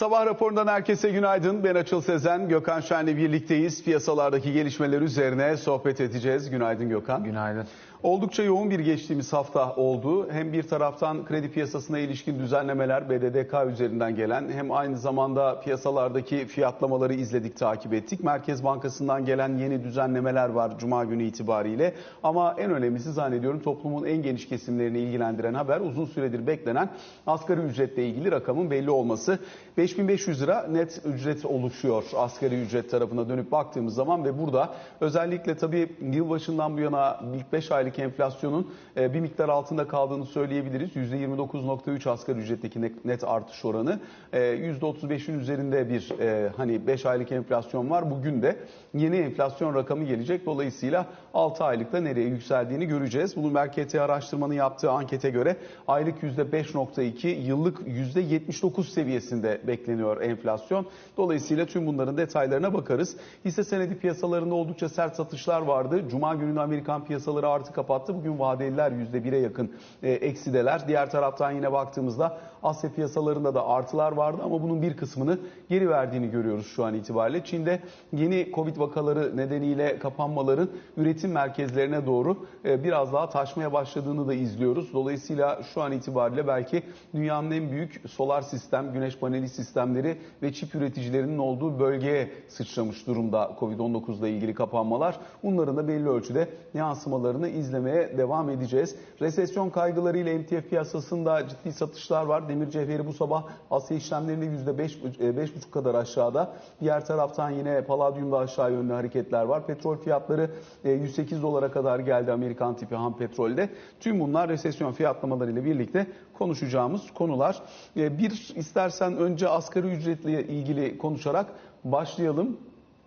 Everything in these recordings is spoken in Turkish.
Sabah raporundan herkese günaydın. Ben Açıl Sezen, Gökhan Şen'le birlikteyiz. Piyasalardaki gelişmeler üzerine sohbet edeceğiz. Günaydın Gökhan. Günaydın. Oldukça yoğun bir geçtiğimiz hafta oldu. Hem bir taraftan kredi piyasasına ilişkin düzenlemeler BDDK üzerinden gelen, hem aynı zamanda piyasalardaki fiyatlamaları izledik, takip ettik. Merkez Bankası'ndan gelen yeni düzenlemeler var Cuma günü itibariyle. Ama en önemlisi zannediyorum toplumun en geniş kesimlerini ilgilendiren haber, uzun süredir beklenen asgari ücretle ilgili rakamın belli olması. 5.500 lira net ücret oluşuyor asgari ücret tarafına dönüp baktığımız zaman ve burada özellikle tabii yılbaşından bu yana ilk 5 aylık enflasyonun bir miktar altında kaldığını söyleyebiliriz. %29.3 asgari ücretteki net artış oranı. %35'in üzerinde bir hani 5 aylık enflasyon var. Bugün de yeni enflasyon rakamı gelecek. Dolayısıyla 6 aylıkta nereye yükseldiğini göreceğiz. Bunu Merkez araştırmanın yaptığı ankete göre aylık %5.2, yıllık %79 seviyesinde bekleniyor enflasyon. Dolayısıyla tüm bunların detaylarına bakarız. Hisse senedi piyasalarında oldukça sert satışlar vardı. Cuma günü Amerikan piyasaları artı kapattı. Bugün vadeliler %1'e yakın eksideler. Diğer taraftan yine baktığımızda Asya piyasalarında da artılar vardı ama bunun bir kısmını geri verdiğini görüyoruz şu an itibariyle. Çin'de yeni Covid vakaları nedeniyle kapanmaların üretim merkezlerine doğru biraz daha taşmaya başladığını da izliyoruz. Dolayısıyla şu an itibariyle belki dünyanın en büyük solar sistem, güneş paneli sistemleri ve çip üreticilerinin olduğu bölgeye sıçramış durumda Covid-19 ile ilgili kapanmalar. Bunların da belli ölçüde yansımalarını izlemeye devam edeceğiz. Resesyon kaygılarıyla emtia piyasasında ciddi satışlar var. Demir cevheri bu sabah Asya işlemlerinde %5,5 kadar aşağıda. Diğer taraftan yine paladyumda aşağı yönlü hareketler var. Petrol fiyatları 108 dolara kadar geldi Amerikan tipi ham petrolde. Tüm bunlar resesyon fiyatlamalarıyla birlikte konuşacağımız konular. Bir istersen önce asgari ücretle ilgili konuşarak başlayalım.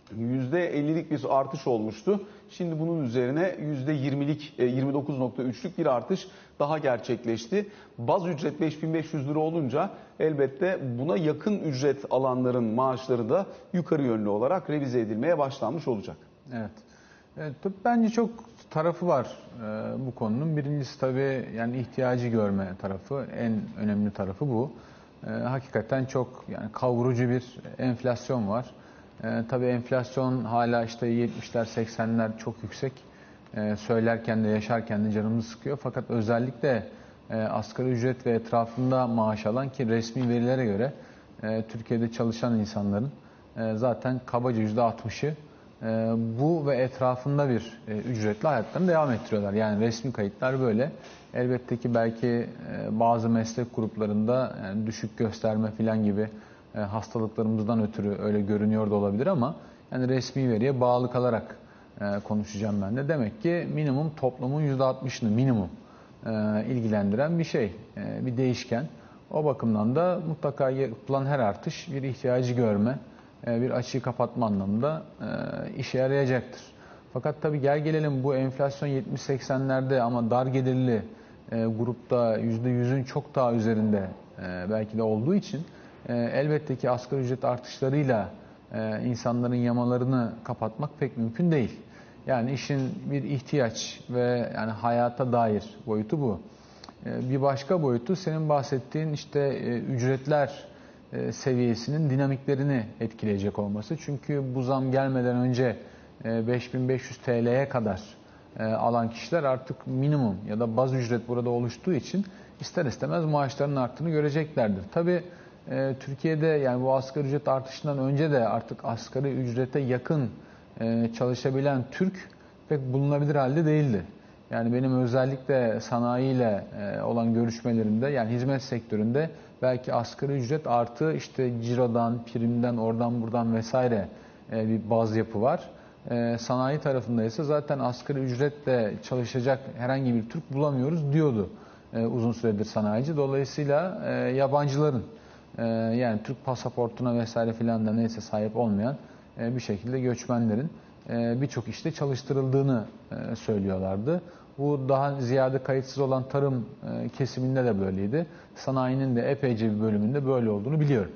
%50'lik bir artış olmuştu. Şimdi bunun üzerine %20'lik 29.3'lük bir artış daha gerçekleşti. Baz ücret 5.500 lira olunca elbette buna yakın ücret alanların maaşları da yukarı yönlü olarak revize edilmeye başlanmış olacak. Evet. Evet, bence çok tarafı var bu konunun. Birincisi tabii yani ihtiyacı görme tarafı, en önemli tarafı bu. Hakikaten çok yani kavurucu bir enflasyon var. Tabii enflasyon hala işte 70'ler 80'ler çok yüksek. Söylerken de yaşarken de canımızı sıkıyor. Fakat özellikle asgari ücret ve etrafında maaş alan, ki resmi verilere göre Türkiye'de çalışan insanların zaten kabaca %60'ı bu ve etrafında bir ücretle hayatlarını devam ettiriyorlar. Yani resmi kayıtlar böyle. Elbette ki belki bazı meslek gruplarında yani düşük gösterme falan gibi hastalıklarımızdan ötürü öyle görünüyor da olabilir ama yani resmi veriye bağlı kalarak konuşacağım ben de. Demek ki minimum toplumun %60'ını minimum ilgilendiren bir şey, bir değişken. O bakımdan da mutlaka yapılan her artış bir ihtiyacı görme, bir açığı kapatma anlamında işe yarayacaktır. Fakat tabii gel gelelim bu enflasyon 70-80'lerde ama dar gelirli grupta %100'ün çok daha üzerinde belki de olduğu için elbette ki asgari ücret artışlarıyla insanların yamalarını kapatmak pek mümkün değil. Yani işin bir ihtiyaç ve yani hayata dair boyutu bu. Bir başka boyutu senin bahsettiğin işte ücretler seviyesinin dinamiklerini etkileyecek olması. Çünkü bu zam gelmeden önce 5.500 TL'ye kadar alan kişiler artık minimum ya da baz ücret burada oluştuğu için ister istemez maaşlarının arttığını göreceklerdir. Tabii Türkiye'de yani bu asgari ücret artışından önce de artık asgari ücrete yakın çalışabilen Türk pek bulunabilir halde değildi. Yani benim özellikle sanayiyle olan görüşmelerimde yani hizmet sektöründe belki asgari ücret artı işte cirodan, primden, oradan buradan vesaire bir baz yapı var. Sanayi tarafında ise zaten asgari ücretle çalışacak herhangi bir Türk bulamıyoruz diyordu uzun süredir sanayici. Dolayısıyla yabancıların yani Türk pasaportuna vesaire filan da neyse sahip olmayan bir şekilde göçmenlerin birçok işte çalıştırıldığını söylüyorlardı. Bu daha ziyade kayıtsız olan tarım kesiminde de böyleydi. Sanayinin de epeyce bir bölümünde böyle olduğunu biliyorum.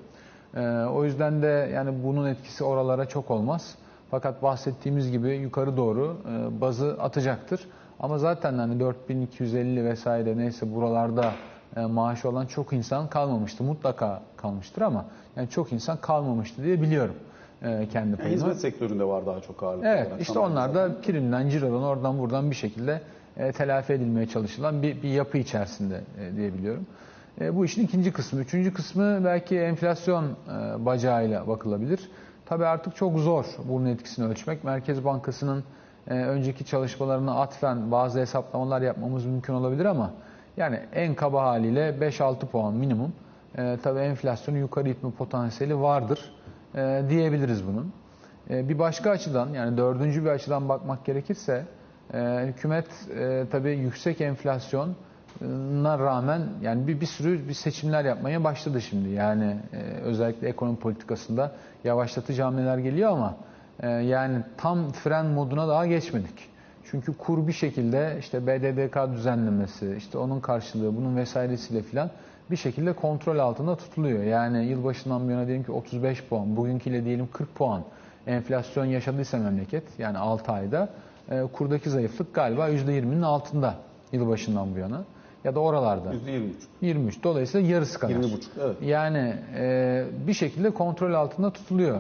O yüzden de yani bunun etkisi oralara çok olmaz. Fakat bahsettiğimiz gibi yukarı doğru bazı atacaktır. Ama zaten hani 4250 vesaire neyse buralarda maaşı olan çok insan kalmamıştı. Mutlaka kalmıştır ama yani çok insan kalmamıştı diye biliyorum kendi payıma. Hizmet sektöründe var daha çok ağırlık Evet, olarak. işte Tamam. onlar da primden, cirodan, oradan buradan bir şekilde telafi edilmeye çalışılan bir yapı içerisinde diye biliyorum. Bu işin ikinci kısmı. Üçüncü kısmı belki enflasyon bacağıyla bakılabilir. Tabii artık çok zor bunun etkisini ölçmek. Merkez Bankası'nın önceki çalışmalarına atfen bazı hesaplamalar yapmamız mümkün olabilir ama yani en kaba haliyle 5-6 puan minimum tabii enflasyonu yukarı itme potansiyeli vardır diyebiliriz bunun. Bir başka açıdan, yani dördüncü bir açıdan bakmak gerekirse hükümet tabii yüksek enflasyona rağmen yani bir sürü seçimler yapmaya başladı şimdi. Yani özellikle ekonomi politikasında yavaşlatıcı hamleler geliyor ama yani tam fren moduna daha geçmedik. Çünkü kur bir şekilde işte BDDK düzenlemesi, işte onun karşılığı, bunun vesairesiyle filan bir şekilde kontrol altında tutuluyor. Yani yılbaşından bu yana diyelim ki 35 puan, bugünküyle diyelim 40 puan enflasyon yaşadıysa memleket, yani 6 ayda kurdaki zayıflık galiba %20'nin altında yılbaşından bu yana. Ya da oralarda. %23. 23. Dolayısıyla yarısı kadar. 20,5. Evet. Yani bir şekilde kontrol altında tutuluyor.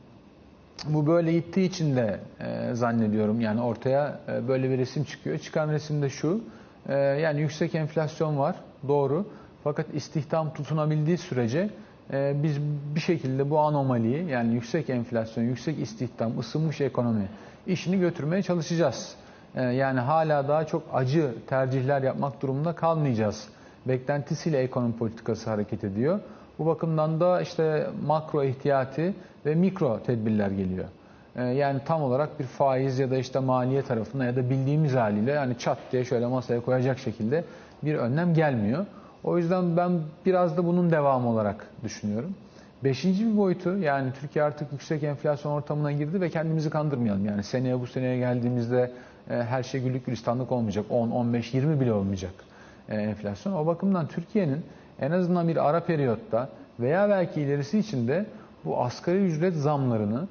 Bu böyle gittiği için de zannediyorum yani ortaya böyle bir resim çıkıyor. Çıkan resimde şu, yani yüksek enflasyon var, doğru. Fakat istihdam tutunabildiği sürece biz bir şekilde bu anomaliyi, yani yüksek enflasyon, yüksek istihdam, ısınmış ekonomi işini götürmeye çalışacağız. Yani hala daha çok acı tercihler yapmak durumunda kalmayacağız. Beklentisiyle ekonomi politikası hareket ediyor. Bu bakımdan da işte makro ihtiyati ve mikro tedbirler geliyor. Yani tam olarak bir faiz ya da işte maliye tarafına ya da bildiğimiz haliyle yani çat diye şöyle masaya koyacak şekilde bir önlem gelmiyor. O yüzden ben biraz da bunun devamı olarak düşünüyorum. Beşinci bir boyutu, yani Türkiye artık yüksek enflasyon ortamına girdi ve kendimizi kandırmayalım. Yani bu seneye geldiğimizde her şey güllük gülistanlık olmayacak. 10, 15, 20 bile olmayacak enflasyon. O bakımdan Türkiye'nin en azından bir ara periyotta veya belki ilerisi için de bu asgari ücret zamlarını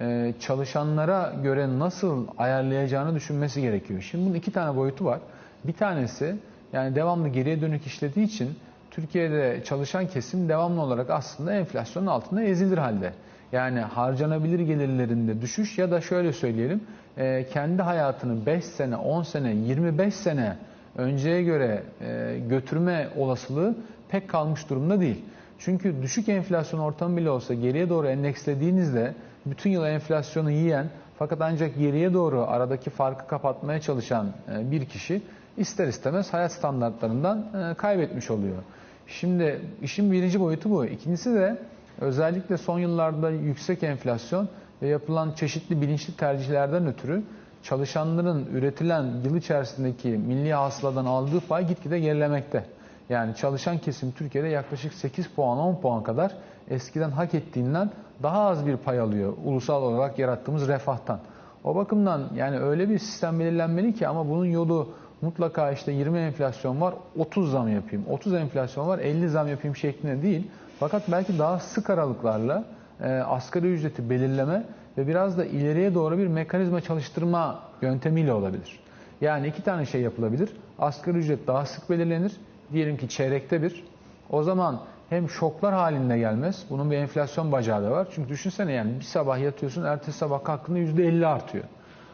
çalışanlara göre nasıl ayarlayacağını düşünmesi gerekiyor. Şimdi bunun iki tane boyutu var. Bir tanesi, yani devamlı geriye dönük işlediği için Türkiye'de çalışan kesim devamlı olarak aslında enflasyonun altında ezilir halde. Yani harcanabilir gelirlerinde düşüş ya da şöyle söyleyelim, kendi hayatını 5 sene, 10 sene, 25 sene önceye göre götürme olasılığı pek kalmış durumda değil. Çünkü düşük enflasyon ortamı bile olsa geriye doğru endekslediğinizde bütün yıl enflasyonu yiyen fakat ancak geriye doğru aradaki farkı kapatmaya çalışan bir kişi ister istemez hayat standartlarından kaybetmiş oluyor. Şimdi işin birinci boyutu bu. İkincisi de özellikle son yıllarda yüksek enflasyon ve yapılan çeşitli bilinçli tercihlerden ötürü çalışanların üretilen yıl içerisindeki milli hasıladan aldığı pay gitgide gerilemekte. Yani çalışan kesim Türkiye'de yaklaşık 8 puan, 10 puan kadar eskiden hak ettiğinden daha az bir pay alıyor ulusal olarak yarattığımız refahtan. O bakımdan yani öyle bir sistem belirlenmeli ki, ama bunun yolu mutlaka işte 20 enflasyon var, 30 zam yapayım, 30 enflasyon var, 50 zam yapayım şeklinde değil. Fakat belki daha sık aralıklarla asgari ücreti belirleme ve biraz da ileriye doğru bir mekanizma çalıştırma yöntemiyle olabilir. Yani iki tane şey yapılabilir. Asgari ücret daha sık belirlenir. Diyelim ki çeyrekte bir. O zaman hem şoklar halinde gelmez. Bunun bir enflasyon bacağı da var. Çünkü düşünsene, yani bir sabah yatıyorsun, ertesi sabah kalktığında %50 artıyor.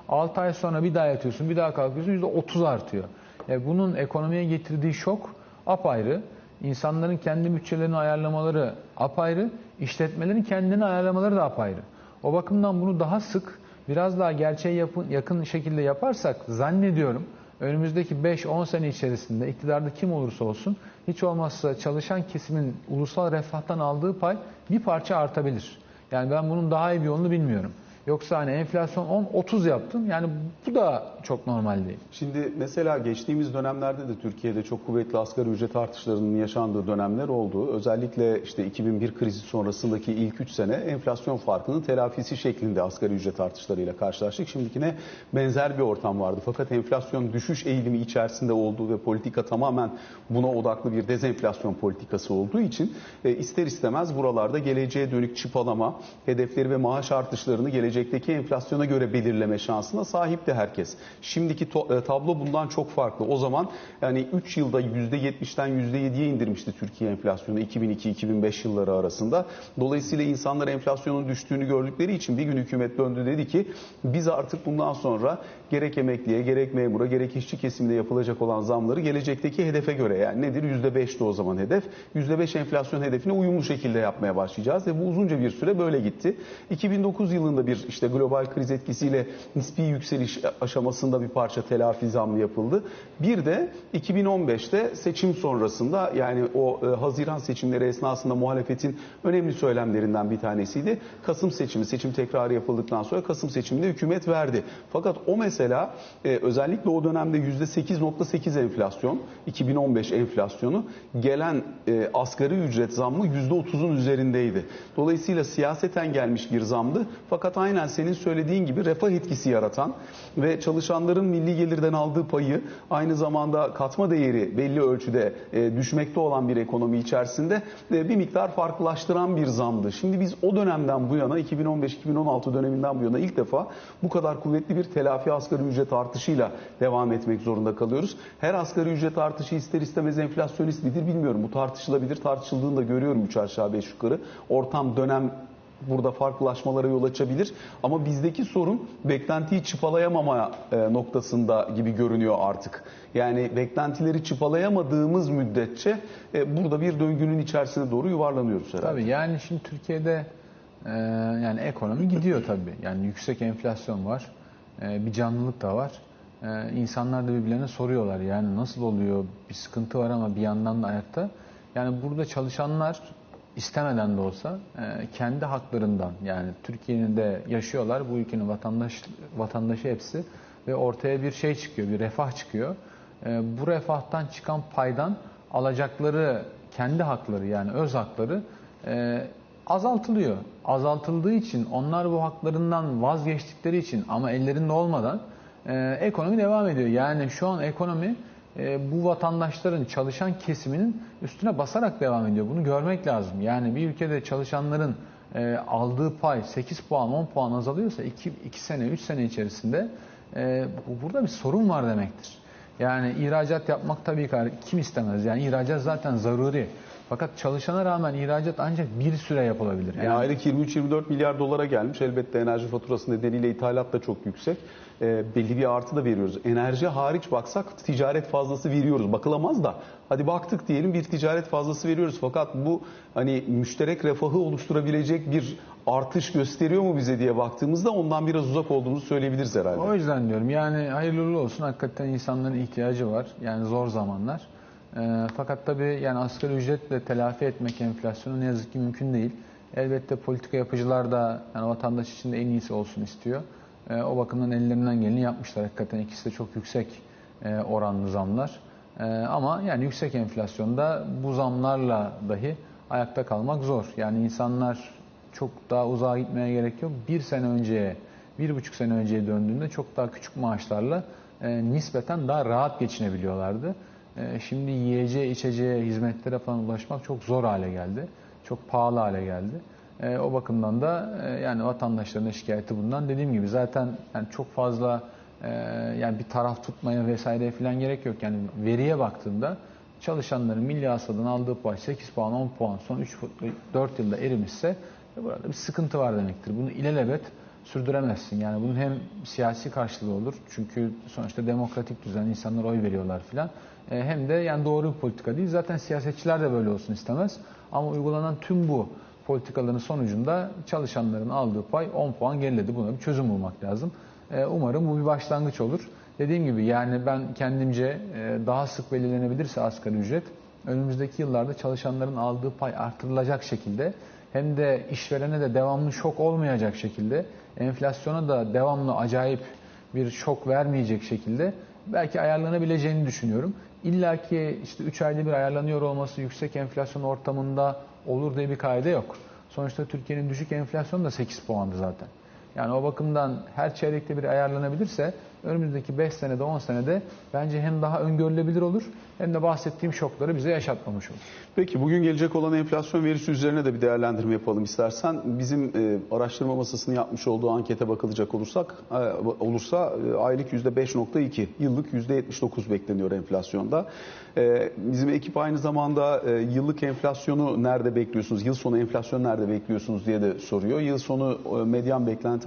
6 ay sonra bir daha yatıyorsun, bir daha kalkıyorsun, %30 artıyor. Bunun ekonomiye getirdiği şok apayrı. İnsanların kendi bütçelerini ayarlamaları apayrı. İşletmelerin kendini ayarlamaları da apayrı. O bakımdan bunu daha sık, biraz daha gerçeğe yakın şekilde yaparsak zannediyorum önümüzdeki 5-10 sene içerisinde iktidarda kim olursa olsun hiç olmazsa çalışan kesimin ulusal refahtan aldığı pay bir parça artabilir. Yani ben bunun daha iyi bir yolunu bilmiyorum. Yoksa hani enflasyon 10-30 yaptım. Yani bu da çok normal değil. Şimdi mesela geçtiğimiz dönemlerde de Türkiye'de çok kuvvetli asgari ücret artışlarının yaşandığı dönemler oldu. Özellikle işte 2001 krizi sonrasındaki ilk 3 sene enflasyon farkının telafisi şeklinde asgari ücret artışlarıyla karşılaştık. Şimdikine benzer bir ortam vardı. Fakat enflasyon düşüş eğilimi içerisinde olduğu ve politika tamamen buna odaklı bir dezenflasyon politikası olduğu için ister istemez buralarda geleceğe dönük çıpalama, hedefleri ve maaş artışlarını geleceğe gelecekteki enflasyona göre belirleme şansına sahipti herkes. Şimdiki tablo bundan çok farklı. O zaman yani 3 yılda %70'ten %7'ye indirmişti Türkiye enflasyonu 2002-2005 yılları arasında. Dolayısıyla insanlar enflasyonun düştüğünü gördükleri için bir gün hükümet döndü, dedi ki biz artık bundan sonra gerek emekliye, gerek memura, gerek işçi kesiminde yapılacak olan zamları gelecekteki hedefe göre, yani nedir? %5'ti o zaman hedef. %5 enflasyon hedefine uyumlu şekilde yapmaya başlayacağız ve bu uzunca bir süre böyle gitti. 2009 yılında bir işte global kriz etkisiyle nispi yükseliş aşamasında bir parça telafi zammı yapıldı. Bir de 2015'te seçim sonrasında, yani o Haziran seçimleri esnasında muhalefetin önemli söylemlerinden bir tanesiydi. Kasım seçimi, seçim tekrarı yapıldıktan sonra Kasım seçiminde hükümet verdi. Fakat o mesela özellikle o dönemde %8.8 enflasyon, 2015 enflasyonu, gelen asgari ücret zammı %30'un üzerindeydi. Dolayısıyla siyaseten gelmiş bir zamdı. Fakat aynen senin söylediğin gibi refah etkisi yaratan ve çalışanların milli gelirden aldığı payı, aynı zamanda katma değeri belli ölçüde düşmekte olan bir ekonomi içerisinde bir miktar farklılaştıran bir zamdı. Şimdi biz o dönemden bu yana, 2015-2016 döneminden bu yana ilk defa bu kadar kuvvetli bir telafi asgari ücret artışıyla devam etmek zorunda kalıyoruz. Her asgari ücret artışı ister istemez enflasyonist midir bilmiyorum. Bu tartışılabilir. Tartışıldığını da görüyorum 3 aşağı 5 yukarı. Ortam, dönem burada farklılaşmalara yol açabilir. Ama bizdeki sorun beklentiyi çıpalayamama noktasında gibi görünüyor artık. Yani beklentileri çıpalayamadığımız müddetçe burada bir döngünün içerisine doğru yuvarlanıyoruz herhalde. Tabii, yani şimdi Türkiye'de yani ekonomi gidiyor tabii. Yani yüksek enflasyon var. Bir canlılık da var. İnsanlar da birbirlerine soruyorlar. Yani nasıl oluyor? Bir sıkıntı var ama bir yandan da ayakta. Yani burada çalışanlar istemeden de olsa kendi haklarından, yani Türkiye'nin de yaşıyorlar, bu ülkenin vatandaşı hepsi ve ortaya bir şey çıkıyor, bir refah çıkıyor. Bu refahtan çıkan paydan alacakları kendi hakları, yani öz hakları azaltılıyor. Azaltıldığı için, onlar bu haklarından vazgeçtikleri için ama ellerinde olmadan ekonomi devam ediyor. Yani şu an ekonomi bu vatandaşların, çalışan kesiminin üstüne basarak devam ediyor. Bunu görmek lazım. Yani bir ülkede çalışanların aldığı pay 8 puan, 10 puan azalıyorsa 2 sene, 3 sene içerisinde burada bir sorun var demektir. Yani ihracat yapmak tabii ki kim istemez? Yani ihracat zaten zaruri. Fakat çalışana rağmen ihracat ancak bir süre yapılabilir. Yani aylık 23-24 milyar dolara gelmiş. Elbette enerji faturası nedeniyle ithalat da çok yüksek. Belli bir artı da veriyoruz. Enerji hariç baksak ticaret fazlası veriyoruz. Bakılamaz da hadi baktık diyelim, bir ticaret fazlası veriyoruz. Fakat bu hani müşterek refahı oluşturabilecek bir artış gösteriyor mu bize diye baktığımızda ondan biraz uzak olduğumuzu söyleyebiliriz herhalde. O yüzden diyorum, yani hayırlı uğurlu olsun. Hakikaten insanların ihtiyacı var. Yani zor zamanlar. Fakat tabii yani asgari ücretle telafi etmek enflasyonu ne yazık ki mümkün değil. Elbette politika yapıcılar da yani vatandaş için de en iyisi olsun istiyor. O bakımdan ellerinden geleni yapmışlar. Hakikaten ikisi de çok yüksek oranlı zamlar. Ama yani yüksek enflasyonda bu zamlarla dahi ayakta kalmak zor. Yani insanlar, çok daha uzağa gitmeye gerek yok. 1 sene önceye, 1,5 sene önceye döndüğünde çok daha küçük maaşlarla nispeten daha rahat geçinebiliyorlardı. Şimdi yiyeceğe, içeceğe, hizmetlere falan ulaşmak çok zor hale geldi. Çok pahalı hale geldi. O bakımdan da yani vatandaşların şikayeti bundan. Dediğim gibi zaten yani çok fazla yani bir taraf tutmaya vesaire falan gerek yok. Yani veriye baktığında çalışanların milli hasıladan aldığı pay 8 puan, 10 puan son 3-4 yılda erimişse burada bir sıkıntı var demektir. Bunu ilelebet sürdüremezsin. Yani bunun hem siyasi karşılığı olur. Çünkü sonuçta demokratik düzen, insanlar oy veriyorlar filan. Hem de yani doğru bir politika değil. Zaten siyasetçiler de böyle olsun istemez. Ama uygulanan tüm bu politikaların sonucunda çalışanların aldığı pay 10 puan geriledi. Buna bir çözüm bulmak lazım. Umarım bu bir başlangıç olur. Dediğim gibi yani ben kendimce daha sık belirlenebilirse asgari ücret, önümüzdeki yıllarda çalışanların aldığı pay artırılacak şekilde, hem de işverene de devamlı şok olmayacak şekilde, enflasyona da devamlı acayip bir şok vermeyecek şekilde belki ayarlanabileceğini düşünüyorum. İlla ki işte 3 ayda bir ayarlanıyor olması yüksek enflasyon ortamında olur diye bir kaide yok. Sonuçta Türkiye'nin düşük enflasyonu da 8 puandı zaten. Yani o bakımdan her çeyrekte bir ayarlanabilirse önümüzdeki 5 senede 10 senede bence hem daha öngörülebilir olur hem de bahsettiğim şokları bize yaşatmamış olur. Peki bugün gelecek olan enflasyon verisi üzerine de bir değerlendirme yapalım istersen. Bizim araştırma masasının yapmış olduğu ankete bakılacak olursa aylık %5.2, yıllık %79 bekleniyor enflasyonda. Bizim ekip aynı zamanda yıllık enflasyonu nerede bekliyorsunuz, yıl sonu enflasyonu nerede bekliyorsunuz diye de soruyor. Yıl sonu medyan beklenti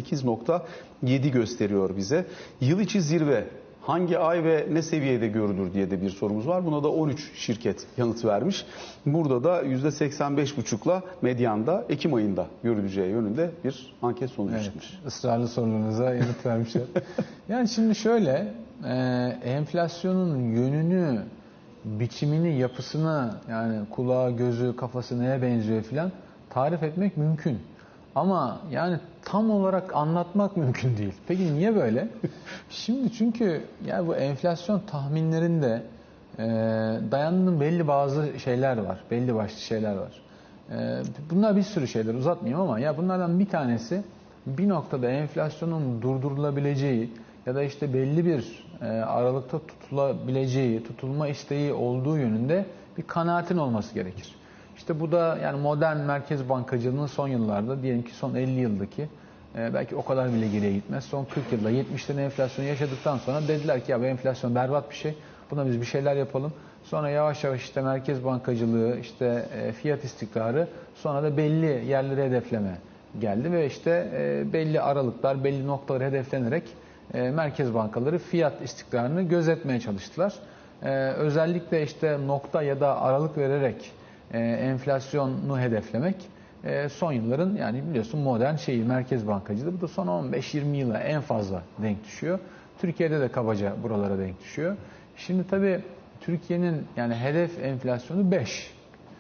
68.7 gösteriyor bize. Yıl içi zirve hangi ay ve ne seviyede görülür diye de bir sorumuz var. Buna da 13 şirket yanıt vermiş. Burada da %85,5'la medyanda Ekim ayında görüleceği yönünde bir anket sonucu çıkmış. Evet, ısrarlı sorularınıza yanıt vermişler. Yani şimdi şöyle, enflasyonun yönünü, biçimini, yapısını, yani kulağı, gözü, kafası neye benziyor filan tarif etmek mümkün. Ama yani tam olarak anlatmak mümkün değil. Peki niye böyle? Şimdi çünkü yani bu enflasyon tahminlerinde dayandığım belli bazı şeyler var. Belli başlı şeyler var. Bunlar bir sürü şeyler, uzatmayayım ama ya bunlardan bir tanesi bir noktada enflasyonun durdurulabileceği ya da işte belli bir aralıkta tutulabileceği, tutulma isteği olduğu yönünde bir kanaatin olması gerekir. İşte bu da yani modern merkez bankacılığının son yıllarda, diyelim ki son 50 yıldaki, belki o kadar bile geriye gitmez, son 40 yılda 70'lerin enflasyonu yaşadıktan sonra dediler ki ya bu enflasyon berbat bir şey, buna biz bir şeyler yapalım. Sonra yavaş yavaş işte merkez bankacılığı, işte fiyat istikrarı, sonra da belli yerleri hedefleme geldi ve işte belli aralıklar, belli noktaları hedeflenerek merkez bankaları fiyat istikrarını gözetmeye çalıştılar. Özellikle işte nokta ya da aralık vererek enflasyonu hedeflemek son yılların, yani biliyorsun, modern merkez bankacılığı. Bu da son 15-20 yıla en fazla denk düşüyor. Türkiye'de de kabaca buralara denk düşüyor. Şimdi tabii Türkiye'nin yani hedef enflasyonu 5.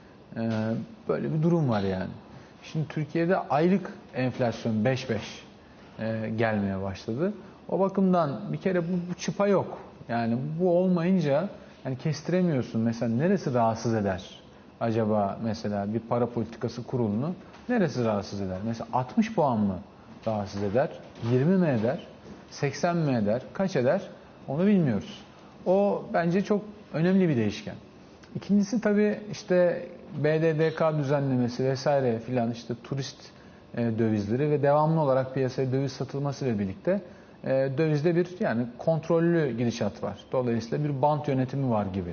Böyle bir durum var yani. Şimdi Türkiye'de aylık enflasyon 5-5 gelmeye başladı. O bakımdan bir kere bu çıpa yok. Yani bu olmayınca yani kestiremiyorsun. Mesela neresi rahatsız eder? Acaba mesela bir para politikası kurulunu neresi rahatsız eder? Mesela 60 puan mı rahatsız eder? 20 mi eder? 80 mi eder? Kaç eder? Onu bilmiyoruz. O bence çok önemli bir değişken. İkincisi tabii işte BDDK düzenlemesi vesaire filan, işte turist dövizleri ve devamlı olarak piyasaya döviz satılması ile birlikte dövizde bir yani kontrollü gidişat var. Dolayısıyla bir bant yönetimi var gibi.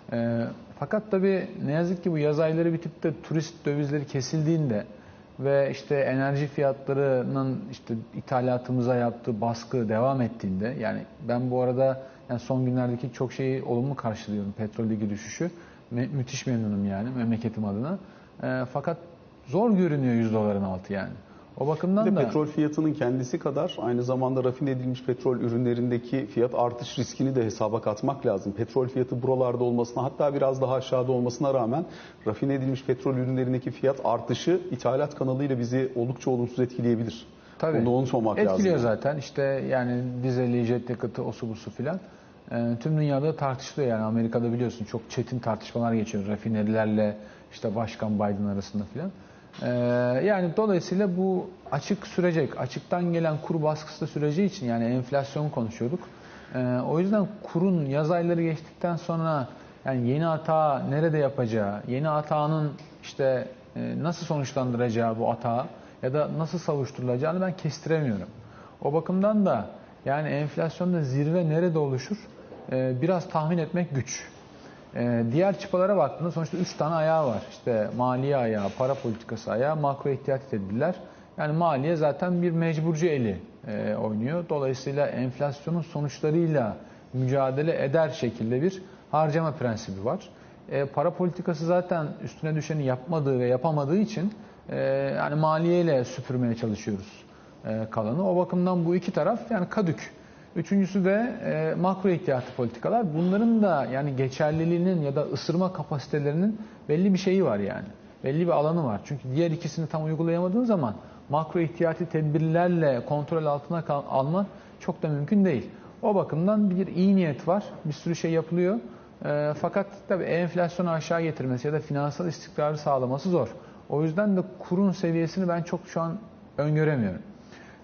Fakat tabii ne yazık ki bu yaz ayları bitip de turist dövizleri kesildiğinde ve işte enerji fiyatlarının işte ithalatımıza yaptığı baskı devam ettiğinde, yani ben bu arada yani son günlerdeki çok şeyi olumlu karşılıyorum, petroldeki düşüşü. Müthiş memnunum yani memleketim adına. Fakat zor görünüyor $100'ın altı yani. O bakımdan Bir de da petrol fiyatının kendisi kadar aynı zamanda rafine edilmiş petrol ürünlerindeki fiyat artış riskini de hesaba katmak lazım. Petrol fiyatı buralarda olmasına, hatta biraz daha aşağıda olmasına rağmen rafine edilmiş petrol ürünlerindeki fiyat artışı ithalat kanalıyla bizi oldukça olumsuz etkileyebilir. tabii Onu da unutmamak lazım. etkiliyor zaten. İşte yani dizeli, jet yakıtı, osu busu filan. Tüm dünyada tartışılıyor yani. Amerika'da biliyorsun çok çetin tartışmalar geçiyor rafinerilerle işte Başkan Biden arasında filan. Yani dolayısıyla bu açık sürecek. Açıktan gelen kur baskısı da süreceği için, yani enflasyon konuşuyorduk. O yüzden kurun yaz ayları geçtikten sonra yani yeni hata nerede yapacağı, yeni hatanın işte nasıl sonuçlandıracağı bu hata ya da nasıl savuşturulacağını ben kestiremiyorum. O bakımdan da yani enflasyonda zirve nerede oluşur biraz tahmin etmek güç. Diğer çıpalara baktığında sonuçta 3 tane ayağı var. İşte maliye ayağı, para politikası ayağı, makro ihtiyati tedbirler. Yani maliye zaten bir mecburcu eli oynuyor. Dolayısıyla enflasyonun sonuçlarıyla mücadele eder şekilde bir harcama prensibi var. Para politikası zaten üstüne düşeni yapmadığı ve yapamadığı için yani maliyeyle süpürmeye çalışıyoruz kalanı. O bakımdan bu iki taraf yani kadük. Üçüncüsü de makro ihtiyati politikalar. Bunların da yani geçerliliğinin ya da ısırma kapasitelerinin belli bir şeyi var yani. Belli bir alanı var. Çünkü diğer ikisini tam uygulayamadığın zaman makro ihtiyati tedbirlerle kontrol altına alman çok da mümkün değil. O bakımdan bir iyi niyet var. Bir sürü şey yapılıyor. Fakat tabii enflasyonu aşağı getirmesi ya da finansal istikrarı sağlaması zor. O yüzden de kurun seviyesini ben çok şu an öngöremiyorum.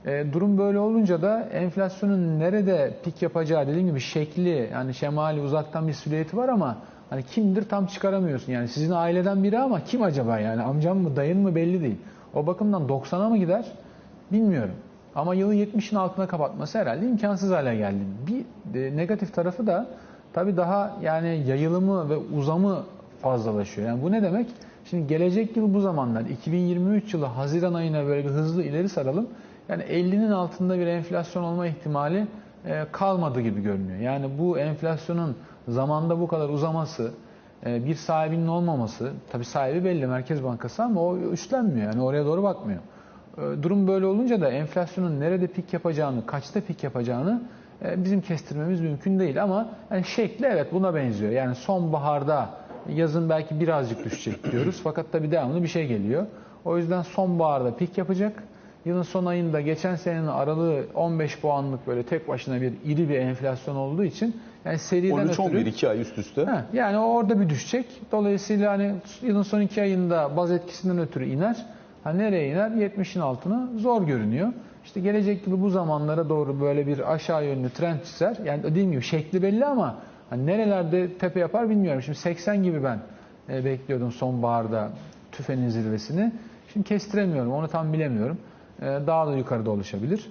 Durum böyle olunca da enflasyonun nerede pik yapacağı, dediğim gibi şekli, yani şemali, uzaktan bir silüeti var ama hani kimdir tam çıkaramıyorsun. Yani sizin aileden biri ama kim acaba, yani amcam mı dayın mı belli değil. O bakımdan 90'a mı gider bilmiyorum. Ama yılı 70'in altına kapatması herhalde imkansız hale geldi. Bir negatif tarafı da tabii daha yani yayılımı ve uzamı fazlalaşıyor. Yani bu ne demek? Şimdi gelecek yıl bu zamanlar 2023 yılı Haziran ayına böyle bir hızlı ileri saralım. Yani 50'nin altında bir enflasyon olma ihtimali kalmadı gibi görünüyor. Yani bu enflasyonun zamanda bu kadar uzaması, bir sahibinin olmaması, tabii sahibi belli Merkez Bankası ama o üstlenmiyor. Yani oraya doğru bakmıyor. Durum böyle olunca da enflasyonun nerede pik yapacağını, kaçta pik yapacağını bizim kestirmemiz mümkün değil. Ama yani şekli evet buna benziyor. Yani sonbaharda, yazın belki birazcık düşecek diyoruz. Fakat tabii devamlı bir şey geliyor. O yüzden sonbaharda pik yapacak. Yılın son ayında geçen senenin aralığı 15 puanlık böyle tek başına bir iri bir enflasyon olduğu için yani seriden 13-11 2 ay üst üste. Yani orada bir düşecek. Dolayısıyla hani yılın son 2 ayında baz etkisinden ötürü iner. Ha nereye iner? 70'in altına zor görünüyor. İşte gelecek yıl bu zamanlara doğru böyle bir aşağı yönlü trend çizer. Yani dediğim gibi şekli belli ama hani nerelerde tepe yapar bilmiyorum. Şimdi 80 gibi ben bekliyordum sonbaharda tüfenin zirvesini. Şimdi kestiremiyorum. Onu tam bilemiyorum. Daha da yukarıda oluşabilir.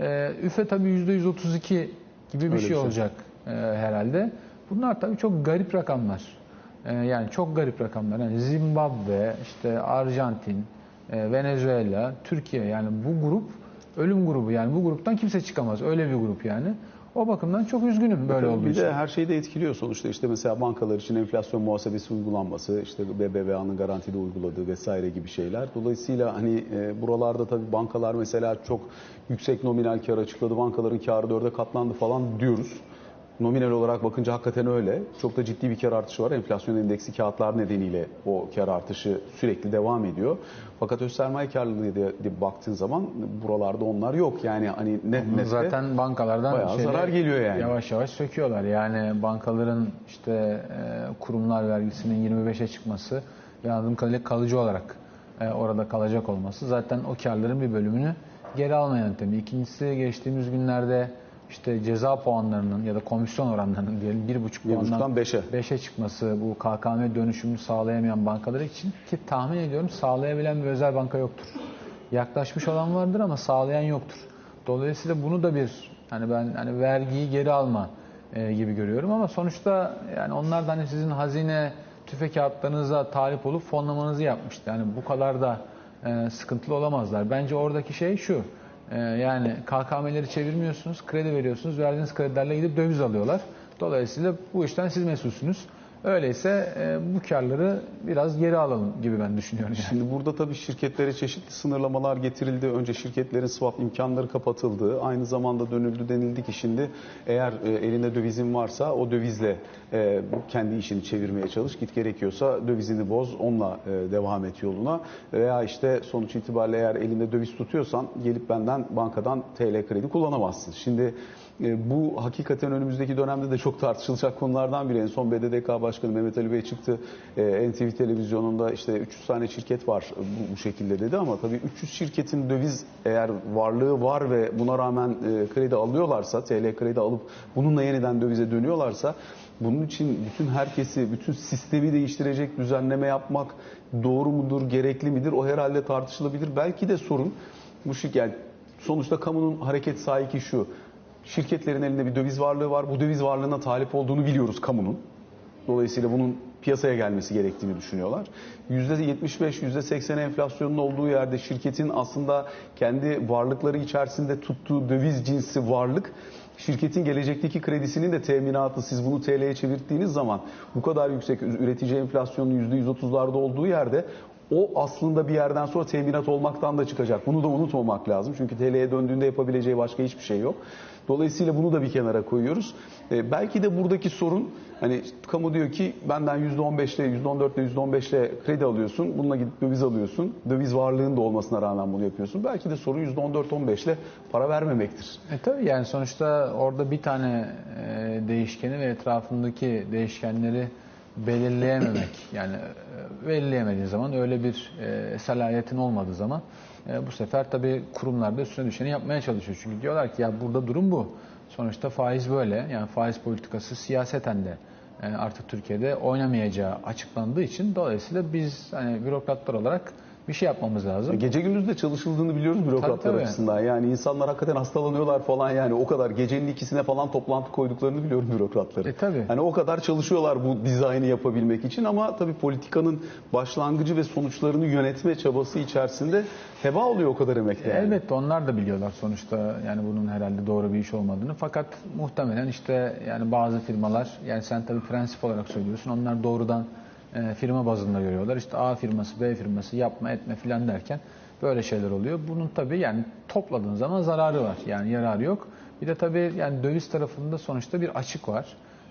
Üfe tabii %132 gibi bir şey olacak herhalde. Bunlar tabii çok garip rakamlar. Yani çok garip rakamlar. Yani Zimbabwe, işte Arjantin, Venezuela, Türkiye, yani bu grup ölüm grubu. Yani bu gruptan kimse çıkamaz. Öyle bir grup yani. O bakımdan çok üzgünüm böyle olduğu için. Bir de her şeyi de etkiliyor sonuçta. İşte mesela bankalar için enflasyon muhasebesi uygulanması, işte BBVA'nın garantide uyguladığı vesaire gibi şeyler. Dolayısıyla hani buralarda tabii bankalar mesela çok yüksek nominal kar açıkladı. Bankaların karı 4'e katlandı falan diyoruz. Nominal olarak bakınca hakikaten öyle. Çok da ciddi bir kar artışı var. Enflasyon endeksi kağıtlar nedeniyle o kar artışı sürekli devam ediyor. Fakat öz sermaye karlılığı diye baktığın zaman buralarda onlar yok. Yani hani net zaten bankalardan zarar geliyor yani. Yavaş yavaş söküyorlar. Yani bankaların işte kurumlar vergisinin 25'e çıkması ve anladığım kadarıyla kalıcı olarak orada kalacak olması zaten o karların bir bölümünü geri alma yöntemi. İkincisi, geçtiğimiz günlerde işte ceza puanlarının ya da komisyon oranlarının diyelim 1,5 puandan 5'e çıkması, bu KKM dönüşümünü sağlayamayan bankalar için, ki tahmin ediyorum sağlayabilen bir özel banka yoktur. Yaklaşmış olan vardır ama sağlayan yoktur. Dolayısıyla bunu da bir hani ben hani vergiyi geri alma gibi görüyorum ama sonuçta yani onlar da hani sizin hazine tüfe kağıtlarınıza talip olup fonlamanızı yapmıştı. Yani bu kadar da sıkıntılı olamazlar. Bence oradaki şey şu. Yani KKM'leri çevirmiyorsunuz, kredi veriyorsunuz, verdiğiniz kredilerle gidip döviz alıyorlar. Dolayısıyla bu işten siz mesulsünüz. Öyleyse bu karları biraz geri alalım gibi ben düşünüyorum. Yani. Şimdi burada tabii şirketlere çeşitli sınırlamalar getirildi. Önce şirketlerin swap imkanları kapatıldı. Aynı zamanda dönüldü, denildi ki şimdi eğer elinde dövizin varsa o dövizle kendi işini çevirmeye çalış. Git gerekiyorsa dövizini boz, onunla devam et yoluna. Veya işte sonuç itibariyle eğer elinde döviz tutuyorsan gelip benden bankadan TL kredi kullanamazsın. Şimdi bu hakikaten önümüzdeki dönemde de çok tartışılacak konulardan biri. En son BDDK Başkanı Mehmet Ali Bey çıktı. NTV televizyonunda işte 300 tane şirket var bu şekilde dedi ama tabii 300 şirketin döviz eğer varlığı var ve buna rağmen kredi alıyorlarsa, TL kredi alıp bununla yeniden dövize dönüyorlarsa bunun için bütün herkesi, bütün sistemi değiştirecek düzenleme yapmak doğru mudur, gerekli midir? O herhalde tartışılabilir. Belki de sorun bu yani sonuçta kamunun hareket sahiki şu. Şirketlerin elinde bir döviz varlığı var. Bu döviz varlığına talip olduğunu biliyoruz kamunun. Dolayısıyla bunun piyasaya gelmesi gerektiğini düşünüyorlar. %75, %80 enflasyonun olduğu yerde şirketin aslında kendi varlıkları içerisinde tuttuğu döviz cinsi varlık, şirketin gelecekteki kredisinin de teminatı. Siz bunu TL'ye çevirdiğiniz zaman bu kadar yüksek üretici enflasyonun %130'larda olduğu yerde o aslında bir yerden sonra teminat olmaktan da çıkacak. Bunu da unutmamak lazım. Çünkü TL'ye döndüğünde yapabileceği başka hiçbir şey yok. Dolayısıyla bunu da bir kenara koyuyoruz. Belki de buradaki sorun hani kamu diyor ki benden %15'le, %14'le, %15'le kredi alıyorsun. Bununla gidip döviz alıyorsun. Döviz varlığın da olmasına rağmen bunu yapıyorsun. Belki de sorun %14-15'le para vermemektir. Tabii yani sonuçta orada bir tane değişkeni ve etrafındaki değişkenleri belirleyememek, yani belirleyemediğin zaman öyle bir selahiyetin olmadığı zaman Bu sefer tabii kurumlar da üstüne düşeni yapmaya çalışıyor. Çünkü diyorlar ki ya burada durum bu. Sonuçta faiz böyle. Yani faiz politikası siyaseten de artık Türkiye'de oynamayacağı açıklandığı için dolayısıyla biz hani bürokratlar olarak bir şey yapmamız lazım. Gece gündüz de çalışıldığını biliyoruz bürokratlar Tabii. açısından. Yani insanlar hakikaten hastalanıyorlar falan, yani o kadar gecenin ikisine falan toplantı koyduklarını biliyorum bürokratları. Tabii. Hani o kadar çalışıyorlar bu dizaynı yapabilmek için, ama tabii politikanın başlangıcı ve sonuçlarını yönetme çabası içerisinde heba oluyor o kadar emek yani. Elbette onlar da biliyorlar sonuçta yani bunun herhalde doğru bir iş olmadığını. Fakat muhtemelen işte yani bazı firmalar, yani sen tabii prensip olarak söylüyorsun, onlar doğrudan firma bazında görüyorlar. İşte A firması, B firması yapma etme filan derken böyle şeyler oluyor. Bunun tabii yani topladığın zaman zararı var. Yani yararı yok. Bir de tabii yani döviz tarafında sonuçta bir açık var.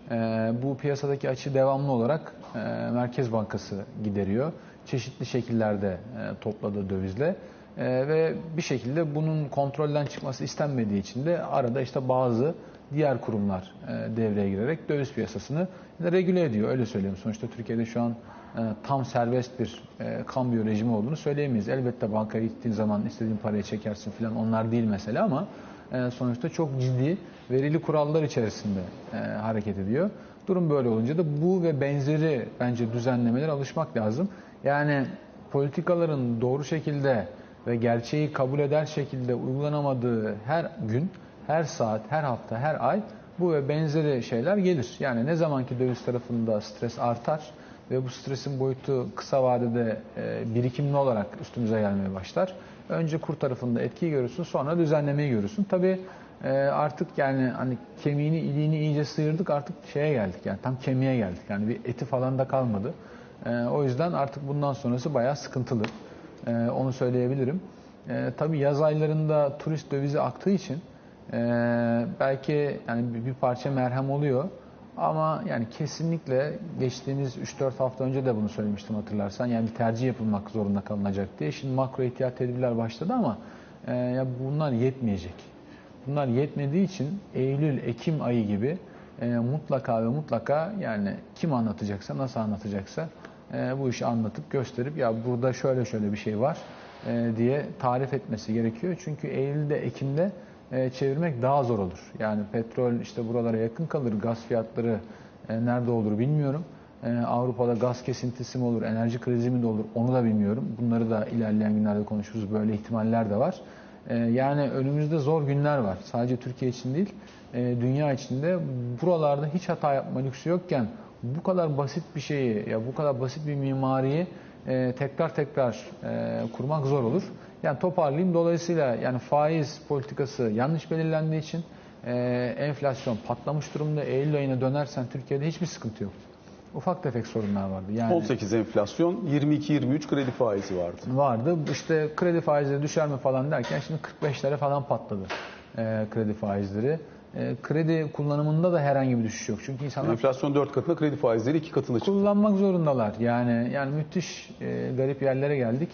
Bu piyasadaki açığı devamlı olarak Merkez Bankası gideriyor. Çeşitli şekillerde topladığı dövizle. Ve bir şekilde bunun kontrolden çıkması istenmediği için de arada işte bazı diğer kurumlar devreye girerek döviz piyasasını regüle ediyor. Öyle söyleyeyim. Sonuçta Türkiye'de şu an tam serbest bir kambiyo rejimi olduğunu söyleyemeyiz. Elbette bankaya gittiğin zaman istediğin parayı çekersin falan, onlar değil mesele, ama sonuçta çok ciddi verili kurallar içerisinde hareket ediyor. Durum böyle olunca da bu ve benzeri bence düzenlemelere alışmak lazım. Yani politikaların doğru şekilde ve gerçeği kabul eder şekilde uygulanamadığı her gün, her saat, her hafta, her ay bu ve benzeri şeyler gelir. Yani ne zamanki döviz tarafında stres artar ve bu stresin boyutu kısa vadede birikimli olarak üstümüze gelmeye başlar. Önce kur tarafında etkiyi görürsün, sonra düzenlemeyi görürsün. Tabii artık yani hani kemiğini, iliğini iyice sıyırdık, artık şeye geldik, yani tam kemiğe geldik. Yani bir eti falan da kalmadı. O yüzden artık bundan sonrası bayağı sıkıntılı. Onu söyleyebilirim. Tabii yaz aylarında turist dövizi aktığı için belki yani bir parça merhem oluyor. Ama yani kesinlikle geçtiğimiz 3-4 hafta önce de bunu söylemiştim hatırlarsan. Yani bir tercih yapılmak zorunda kalınacak diye. Şimdi makro ihtiyat tedbirler başladı ama ya bunlar yetmeyecek. Bunlar yetmediği için Eylül, Ekim ayı gibi mutlaka ve mutlaka yani kim anlatacaksa, nasıl anlatacaksa bu işi anlatıp gösterip ya burada şöyle şöyle bir şey var diye tarif etmesi gerekiyor. Çünkü Eylül'de, Ekim'de çevirmek daha zor olur. Yani petrol işte buralara yakın kalır, gaz fiyatları nerede olur bilmiyorum. Avrupa'da gaz kesintisi mi olur, enerji krizi mi de olur onu da bilmiyorum. Bunları da ilerleyen günlerde konuşuruz. Böyle ihtimaller de var. Yani önümüzde zor günler var. Sadece Türkiye için değil, dünya içinde buralarda hiç hata yapma lüksü yokken bu kadar basit bir şeyi, ya bu kadar basit bir mimariyi tekrar tekrar kurmak zor olur. Yani toparlayayım. Dolayısıyla yani faiz politikası yanlış belirlendiği için enflasyon patlamış durumda. Eylül ayına dönersen Türkiye'de hiçbir sıkıntı yok. Ufak tefek sorunlar vardı. Yani 18 enflasyon, 22-23 kredi faizi vardı. Vardı. İşte kredi faizleri düşer mi falan derken şimdi 45'lere falan patladı kredi faizleri. Kredi kullanımında da herhangi bir düşüş yok. Çünkü insanlar Enflasyon 4 katına, kredi faizleri 2 katına çıktı. kullanmak zorundalar. Yani müthiş garip yerlere geldik.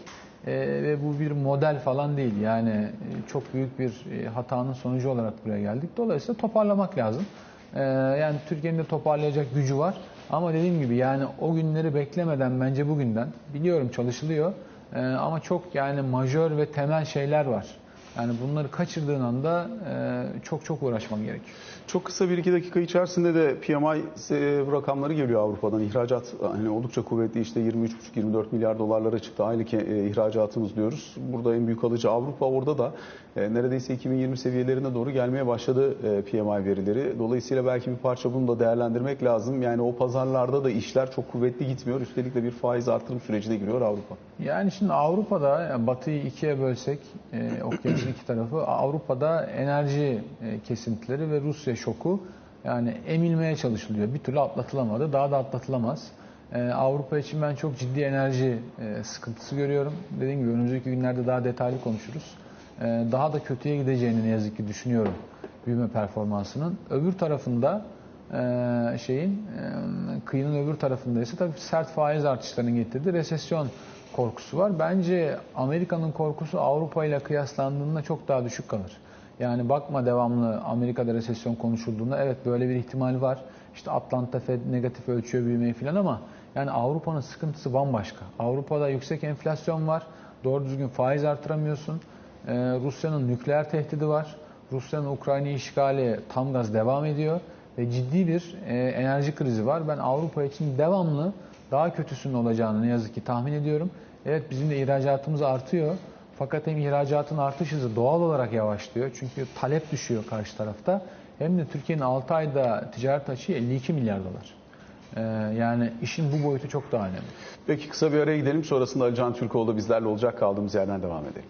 Ve bu bir model falan değil. Yani çok büyük bir hatanın sonucu olarak buraya geldik. Dolayısıyla toparlamak lazım. Yani Türkiye'nin de toparlayacak gücü var. Ama dediğim gibi yani o günleri beklemeden bence bugünden, biliyorum çalışılıyor ama çok yani majör ve temel şeyler var. Yani bunları kaçırdığın anda çok çok uğraşman gerekiyor. Çok kısa 1-2 dakika içerisinde de PMI rakamları geliyor Avrupa'dan. İhracat hani oldukça kuvvetli, işte 23,5-24 milyar dolarlara çıktı aylık ihracatımız diyoruz. Burada en büyük alıcı Avrupa, orada da neredeyse 2020 seviyelerine doğru gelmeye başladı PMI verileri. Dolayısıyla belki bir parça bunu da değerlendirmek lazım. Yani o pazarlarda da işler çok kuvvetli gitmiyor. Üstelik de bir faiz artırım sürecine giriyor Avrupa. Yani şimdi Avrupa'da yani Batı'yı ikiye bölsek, okyanusun iki tarafı, Avrupa'da enerji kesintileri ve Rusya şoku yani emilmeye çalışılıyor. Bir türlü atlatılamadı. Daha da atlatılamaz. Avrupa için ben çok ciddi enerji sıkıntısı görüyorum. Dediğim gibi önümüzdeki günlerde daha detaylı konuşuruz. Daha da kötüye gideceğini ne yazık ki düşünüyorum büyüme performansının. Öbür tarafında kıyının öbür tarafında ise tabii sert faiz artışlarının getirdiği resesyon korkusu var. Bence Amerika'nın korkusu Avrupa ile kıyaslandığında çok daha düşük kalır. Yani bakma devamlı Amerika'da resesyon konuşulduğunda evet böyle bir ihtimal var. İşte Atlanta Fed negatif ölçüyor büyümeyi falan ama yani Avrupa'nın sıkıntısı bambaşka. Avrupa'da yüksek enflasyon var. Doğru düzgün faiz artıramıyorsun. Rusya'nın nükleer tehdidi var. Rusya'nın Ukrayna işgali tam gaz devam ediyor. Ve ciddi bir enerji krizi var. Ben Avrupa için devamlı daha kötüsünün olacağını ne yazık ki tahmin ediyorum. Evet, bizim de ihracatımız artıyor. Fakat hem ihracatın artış hızı doğal olarak yavaşlıyor. Çünkü talep düşüyor karşı tarafta. Hem de Türkiye'nin 6 ayda ticaret açığı 52 milyar dolar. Yani işin bu boyutu çok daha önemli. Peki kısa bir araya gidelim. Sonrasında Ali Can Türkoğlu bizlerle olacak. Kaldığımız yerden devam edelim.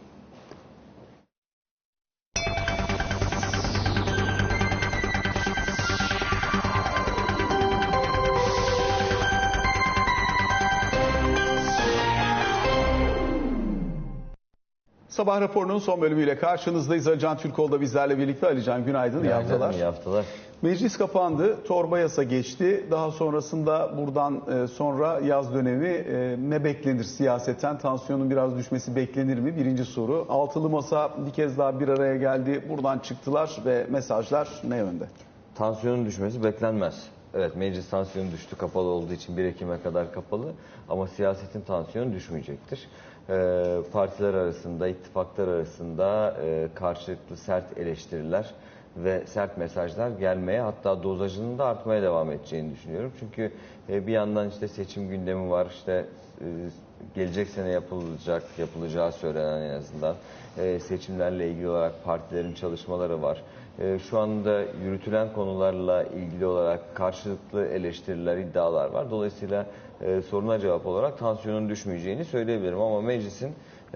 Sabah raporunun son bölümüyle karşınızdayız. Ali Can Türkoğlu da bizlerle birlikte. Ali Can, günaydın, iyi haftalar. İyi haftalar. Meclis kapandı, torba yasa geçti. Daha sonrasında buradan sonra yaz dönemi ne beklenir siyaseten? Tansiyonun biraz düşmesi beklenir mi? Birinci soru. Altılı masa bir kez daha bir araya geldi. Buradan çıktılar ve mesajlar ne yönde? Tansiyonun düşmesi beklenmez. Evet, meclis tansiyonu düştü, kapalı olduğu için 1 Ekim'e kadar kapalı. Ama siyasetin tansiyonu düşmeyecektir. Partiler arasında, ittifaklar arasında karşılıklı sert eleştiriler ve sert mesajlar gelmeye, hatta dozajının da artmaya devam edeceğini düşünüyorum. Çünkü bir yandan işte seçim gündemi var, işte gelecek sene yapılacağı söylenen, en azından seçimlerle ilgili olarak partilerin çalışmaları var. Şu anda yürütülen konularla ilgili olarak karşılıklı eleştiriler, iddialar var. Dolayısıyla soruna cevap olarak tansiyonun düşmeyeceğini söyleyebilirim. Ama meclisin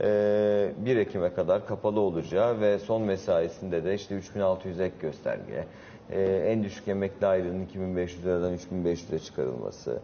1 Ekim'e kadar kapalı olacağı ve son mesaisinde de işte 3600 ek gösterge, en düşük emekli aylığının 2500 liradan 3500'e çıkarılması,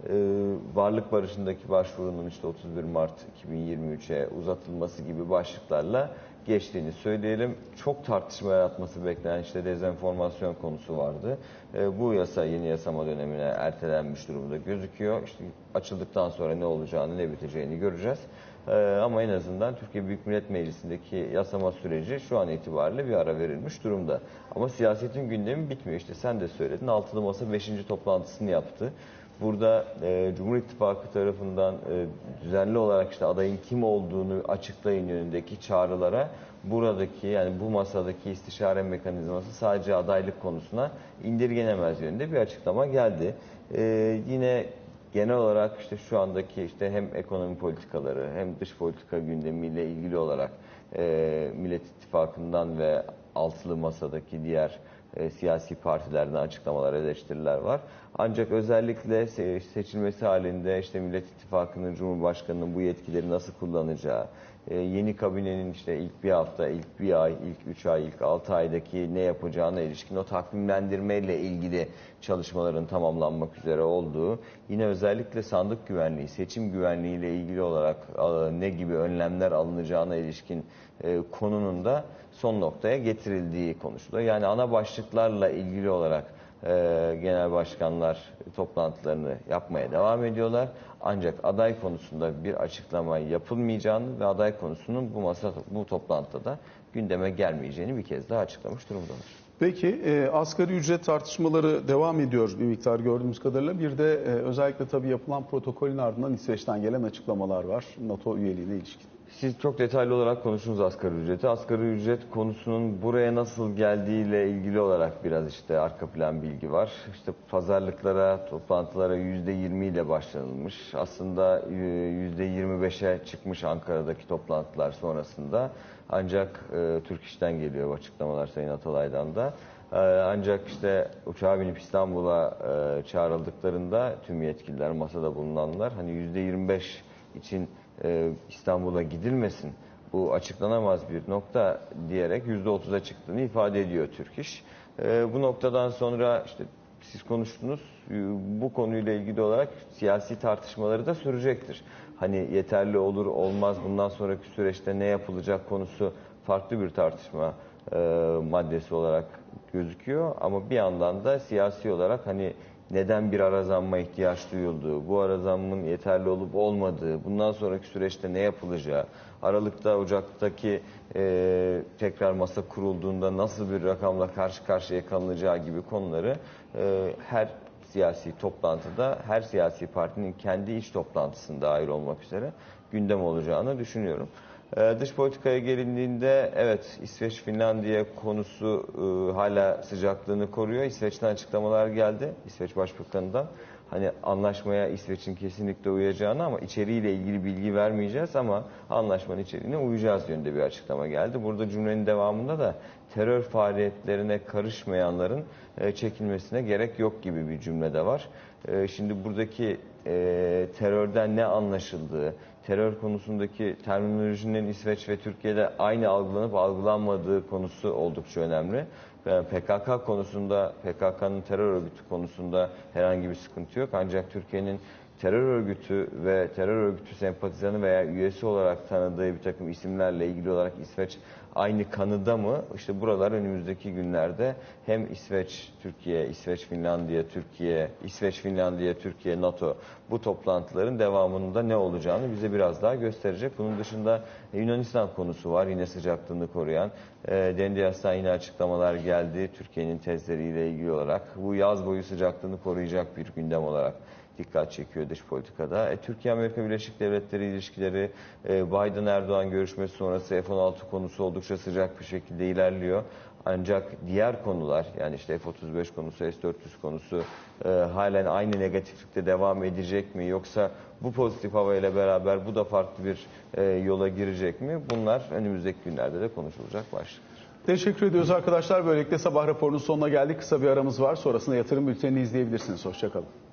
varlık barışındaki başvurunun işte 31 Mart 2023'e uzatılması gibi başlıklarla geçtiğini söyleyelim. Çok tartışma yaratması beklenen işte dezenformasyon konusu vardı. Bu yasa yeni yasama dönemine ertelenmiş durumda gözüküyor. İşte açıldıktan sonra ne olacağını, ne biteceğini göreceğiz. Ama en azından Türkiye Büyük Millet Meclisi'ndeki yasama süreci şu an itibariyle bir ara verilmiş durumda. Ama siyasetin gündemi bitmiyor. İşte sen de söyledin. Altılı Masa 5. toplantısını yaptı. Burada Cumhur İttifakı tarafından düzenli olarak işte adayın kim olduğunu açıklayın yönündeki çağrılara, buradaki, yani bu masadaki istişare mekanizması sadece adaylık konusuna indirgenemez yönünde bir açıklama geldi. Yine genel olarak işte şu andaki işte hem ekonomi politikaları hem dış politika gündemiyle ilgili olarak Millet İttifakı'ndan ve altılı masadaki diğer siyasi partilerden açıklamalar, eleştiriler var. Ancak özellikle seçilmesi halinde işte Millet İttifakı'nın, Cumhurbaşkanı'nın bu yetkileri nasıl kullanacağı, yeni kabinenin işte ilk bir hafta, ilk bir ay, ilk 3 ay, ilk 6 aydaki ne yapacağına ilişkin o takvimlendirmeyle ilgili çalışmaların tamamlanmak üzere olduğu, yine özellikle sandık güvenliği, seçim güvenliği ile ilgili olarak ne gibi önlemler alınacağına ilişkin konunun da son noktaya getirildiği konuşuluyor. Yani ana başlıklarla ilgili olarak genel başkanlar toplantılarını yapmaya devam ediyorlar. Ancak aday konusunda bir açıklama yapılmayacağını ve aday konusunun bu toplantıda gündeme gelmeyeceğini bir kez daha açıklamış durumdalar. Peki asgari ücret tartışmaları devam ediyor bir miktar gördüğümüz kadarıyla. Bir de özellikle tabii yapılan protokolün ardından İsveç'ten gelen açıklamalar var NATO üyeliğine ilişkin. Siz çok detaylı olarak konuştunuz asgari ücreti. Asgari ücret konusunun buraya nasıl geldiğiyle ilgili olarak biraz işte arka plan bilgi var. İşte pazarlıklara, toplantılara %20 ile başlanılmış. Aslında %25'e çıkmış Ankara'daki toplantılar sonrasında. Ancak Türk İş'ten geliyor açıklamalar Sayın Atalay'dan da. Ancak işte uçağa binip İstanbul'a çağrıldıklarında tüm yetkililer, masada bulunanlar hani %25 için İstanbul'a gidilmesin, bu açıklanamaz bir nokta diyerek %30'a çıktığını ifade ediyor Türk İş. Bu noktadan sonra işte siz konuştunuz, bu konuyla ilgili olarak siyasi tartışmaları da sürecektir. Hani yeterli olur olmaz, bundan sonraki süreçte ne yapılacak konusu farklı bir tartışma maddesi olarak gözüküyor. Ama bir yandan da siyasi olarak hani neden bir ara zamma ihtiyaç duyulduğu, bu ara zammın yeterli olup olmadığı, bundan sonraki süreçte ne yapılacağı, Aralık'ta, Ocak'taki tekrar masa kurulduğunda nasıl bir rakamla karşı karşıya kalınacağı gibi konuları her siyasi toplantıda, her siyasi partinin kendi iç toplantısında dahil olmak üzere gündem olacağını düşünüyorum. Dış politikaya gelindiğinde evet İsveç-Finlandiya konusu hala sıcaklığını koruyor. İsveç'ten açıklamalar geldi. İsveç Başbakanı'ndan. Hani anlaşmaya İsveç'in kesinlikle uyacağını ama içeriğiyle ilgili bilgi vermeyeceğiz ama anlaşmanın içeriğine uyacağız yönünde bir açıklama geldi. Burada cümlenin devamında da terör faaliyetlerine karışmayanların çekilmesine gerek yok gibi bir cümle de var. Şimdi buradaki terörden ne anlaşıldığı, terör konusundaki terminolojinin İsveç ve Türkiye'de aynı algılanıp algılanmadığı konusu oldukça önemli. PKK konusunda, PKK'nın terör örgütü konusunda herhangi bir sıkıntı yok. Ancak Türkiye'nin terör örgütü ve terör örgütü sempatizanı veya üyesi olarak tanıdığı bir takım isimlerle ilgili olarak İsveç aynı kanıda mı? İşte buralar önümüzdeki günlerde hem İsveç-Türkiye, İsveç-Finlandiya, Türkiye, İsveç-Finlandiya, Türkiye, NATO bu toplantıların devamında ne olacağını bize biraz daha gösterecek. Bunun dışında Yunanistan konusu var yine sıcaklığını koruyan. Dendias'tan yine açıklamalar geldi Türkiye'nin tezleriyle ilgili olarak. Bu yaz boyu sıcaklığını koruyacak bir gündem olarak dikkat çekiyor dış politikada. Türkiye-Amerika Birleşik Devletleri ilişkileri Biden-Erdoğan görüşmesi sonrası F-16 konusu oldukça sıcak bir şekilde ilerliyor. Ancak diğer konular yani işte F-35 konusu, S-400 konusu halen aynı negatiflikte devam edecek mi? Yoksa bu pozitif havayla beraber bu da farklı bir yola girecek mi? Bunlar önümüzdeki günlerde de konuşulacak başlıklar. Teşekkür ediyoruz arkadaşlar. Böylelikle sabah raporunun sonuna geldik. Kısa bir aramız var. Sonrasında yatırım bültenini izleyebilirsiniz. Hoşça kalın.